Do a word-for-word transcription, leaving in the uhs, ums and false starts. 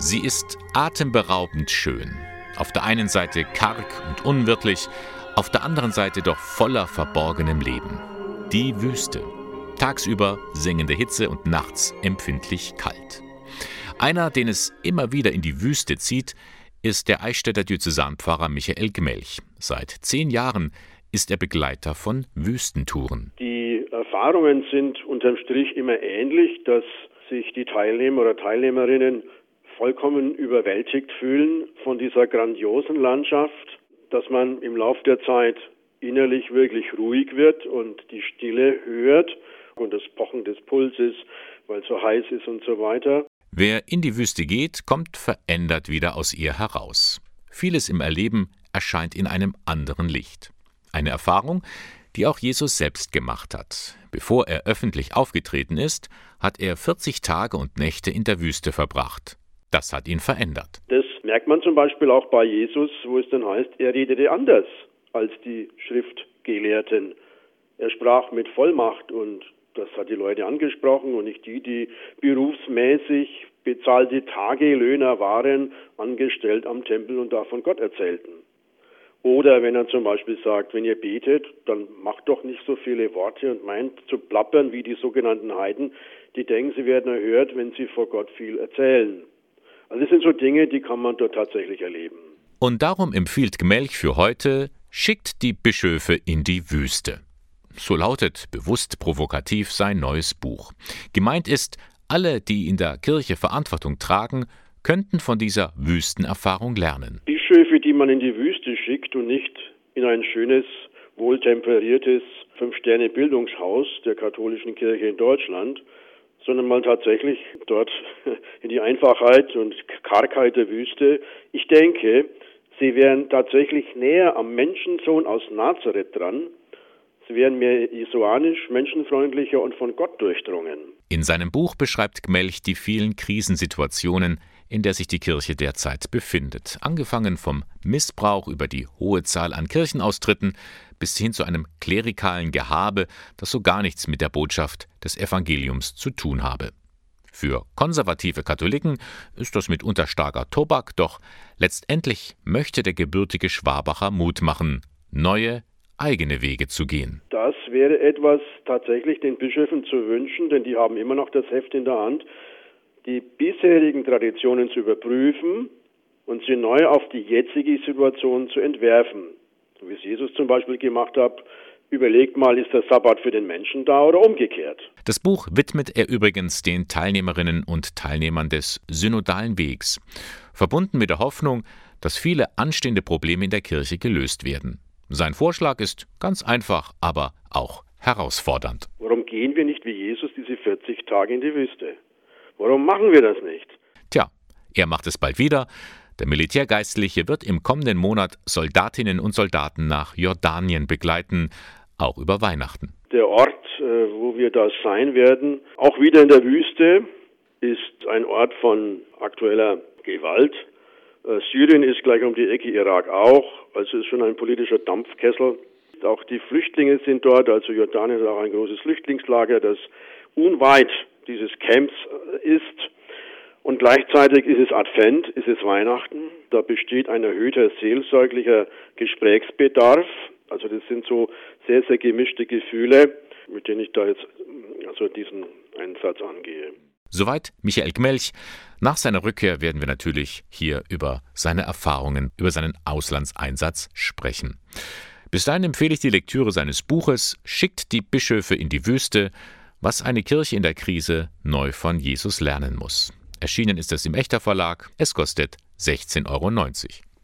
Sie ist atemberaubend schön. Auf der einen Seite karg und unwirtlich, auf der anderen Seite doch voller verborgenem Leben. Die Wüste. Tagsüber sengende Hitze und nachts empfindlich kalt. Einer, den es immer wieder in die Wüste zieht, ist der Eichstätter Diözesanpfarrer Michael Gmelch. Seit zehn Jahren ist er Begleiter von Wüstentouren. Die Erfahrungen sind unterm Strich immer ähnlich, dass sich die Teilnehmer oder Teilnehmerinnen vollkommen überwältigt fühlen von dieser grandiosen Landschaft, dass man im Lauf der Zeit innerlich wirklich ruhig wird und die Stille hört und das Pochen des Pulses, weil es so heiß ist und so weiter. Wer in die Wüste geht, kommt verändert wieder aus ihr heraus. Vieles im Erleben erscheint in einem anderen Licht. Eine Erfahrung, die auch Jesus selbst gemacht hat. Bevor er öffentlich aufgetreten ist, hat er vierzig Tage und Nächte in der Wüste verbracht. Das hat ihn verändert. Das merkt man zum Beispiel auch bei Jesus, wo es dann heißt, er redete anders als die Schriftgelehrten. Er sprach mit Vollmacht und das hat die Leute angesprochen und nicht die, die berufsmäßig bezahlte Tagelöhner waren, angestellt am Tempel und davon Gott erzählten. Oder wenn er zum Beispiel sagt, wenn ihr betet, dann macht doch nicht so viele Worte und meint zu plappern wie die sogenannten Heiden, die denken, sie werden erhört, wenn sie vor Gott viel erzählen. Also das sind so Dinge, die kann man dort tatsächlich erleben. Und darum empfiehlt Gmelch für heute, schickt die Bischöfe in die Wüste. So lautet bewusst provokativ sein neues Buch. Gemeint ist, alle, die in der Kirche Verantwortung tragen, könnten von dieser Wüstenerfahrung lernen. Bischöfe, die man in die Wüste schickt und nicht in ein schönes, wohltemperiertes Fünf-Sterne-Bildungshaus der katholischen Kirche in Deutschland, sondern mal tatsächlich dort in die Einfachheit und Kargheit der Wüste. Ich denke, sie wären tatsächlich näher am Menschensohn aus Nazareth dran. Sie wären mehr jesuanisch, menschenfreundlicher und von Gott durchdrungen. In seinem Buch beschreibt Gmelch die vielen Krisensituationen, in der sich die Kirche derzeit befindet. Angefangen vom Missbrauch über die hohe Zahl an Kirchenaustritten bis hin zu einem klerikalen Gehabe, das so gar nichts mit der Botschaft des Evangeliums zu tun habe. Für konservative Katholiken ist das mitunter starker Tobak, doch letztendlich möchte der gebürtige Schwabacher Mut machen, neue, eigene Wege zu gehen. Das wäre etwas tatsächlich den Bischöfen zu wünschen, denn die haben immer noch das Heft in der Hand, die bisherigen Traditionen zu überprüfen und sie neu auf die jetzige Situation zu entwerfen. So wie es Jesus zum Beispiel gemacht hat, überlegt mal, ist der Sabbat für den Menschen da oder umgekehrt. Das Buch widmet er übrigens den Teilnehmerinnen und Teilnehmern des synodalen Wegs, verbunden mit der Hoffnung, dass viele anstehende Probleme in der Kirche gelöst werden. Sein Vorschlag ist ganz einfach, aber auch herausfordernd. Warum gehen wir nicht wie Jesus diese vierzig Tage in die Wüste? Warum machen wir das nicht? Tja, er macht es bald wieder. Der Militärgeistliche wird im kommenden Monat Soldatinnen und Soldaten nach Jordanien begleiten, auch über Weihnachten. Der Ort, wo wir da sein werden, auch wieder in der Wüste, ist ein Ort von aktueller Gewalt. Syrien ist gleich um die Ecke, Irak auch, also ist schon ein politischer Dampfkessel. Auch die Flüchtlinge sind dort, also Jordanien ist auch ein großes Flüchtlingslager, das unweit dieses Camps ist. Und gleichzeitig ist es Advent, ist es Weihnachten. Da besteht ein erhöhter seelsorglicher Gesprächsbedarf. Also das sind so sehr, sehr gemischte Gefühle, mit denen ich da jetzt also diesen Einsatz angehe. Soweit Michael Gmelch. Nach seiner Rückkehr werden wir natürlich hier über seine Erfahrungen, über seinen Auslandseinsatz sprechen. Bis dahin empfehle ich die Lektüre seines Buches »Schickt die Bischöfe in die Wüste«, was eine Kirche in der Krise neu von Jesus lernen muss. Erschienen ist es im Echter Verlag. Es kostet sechzehn Euro neunzig.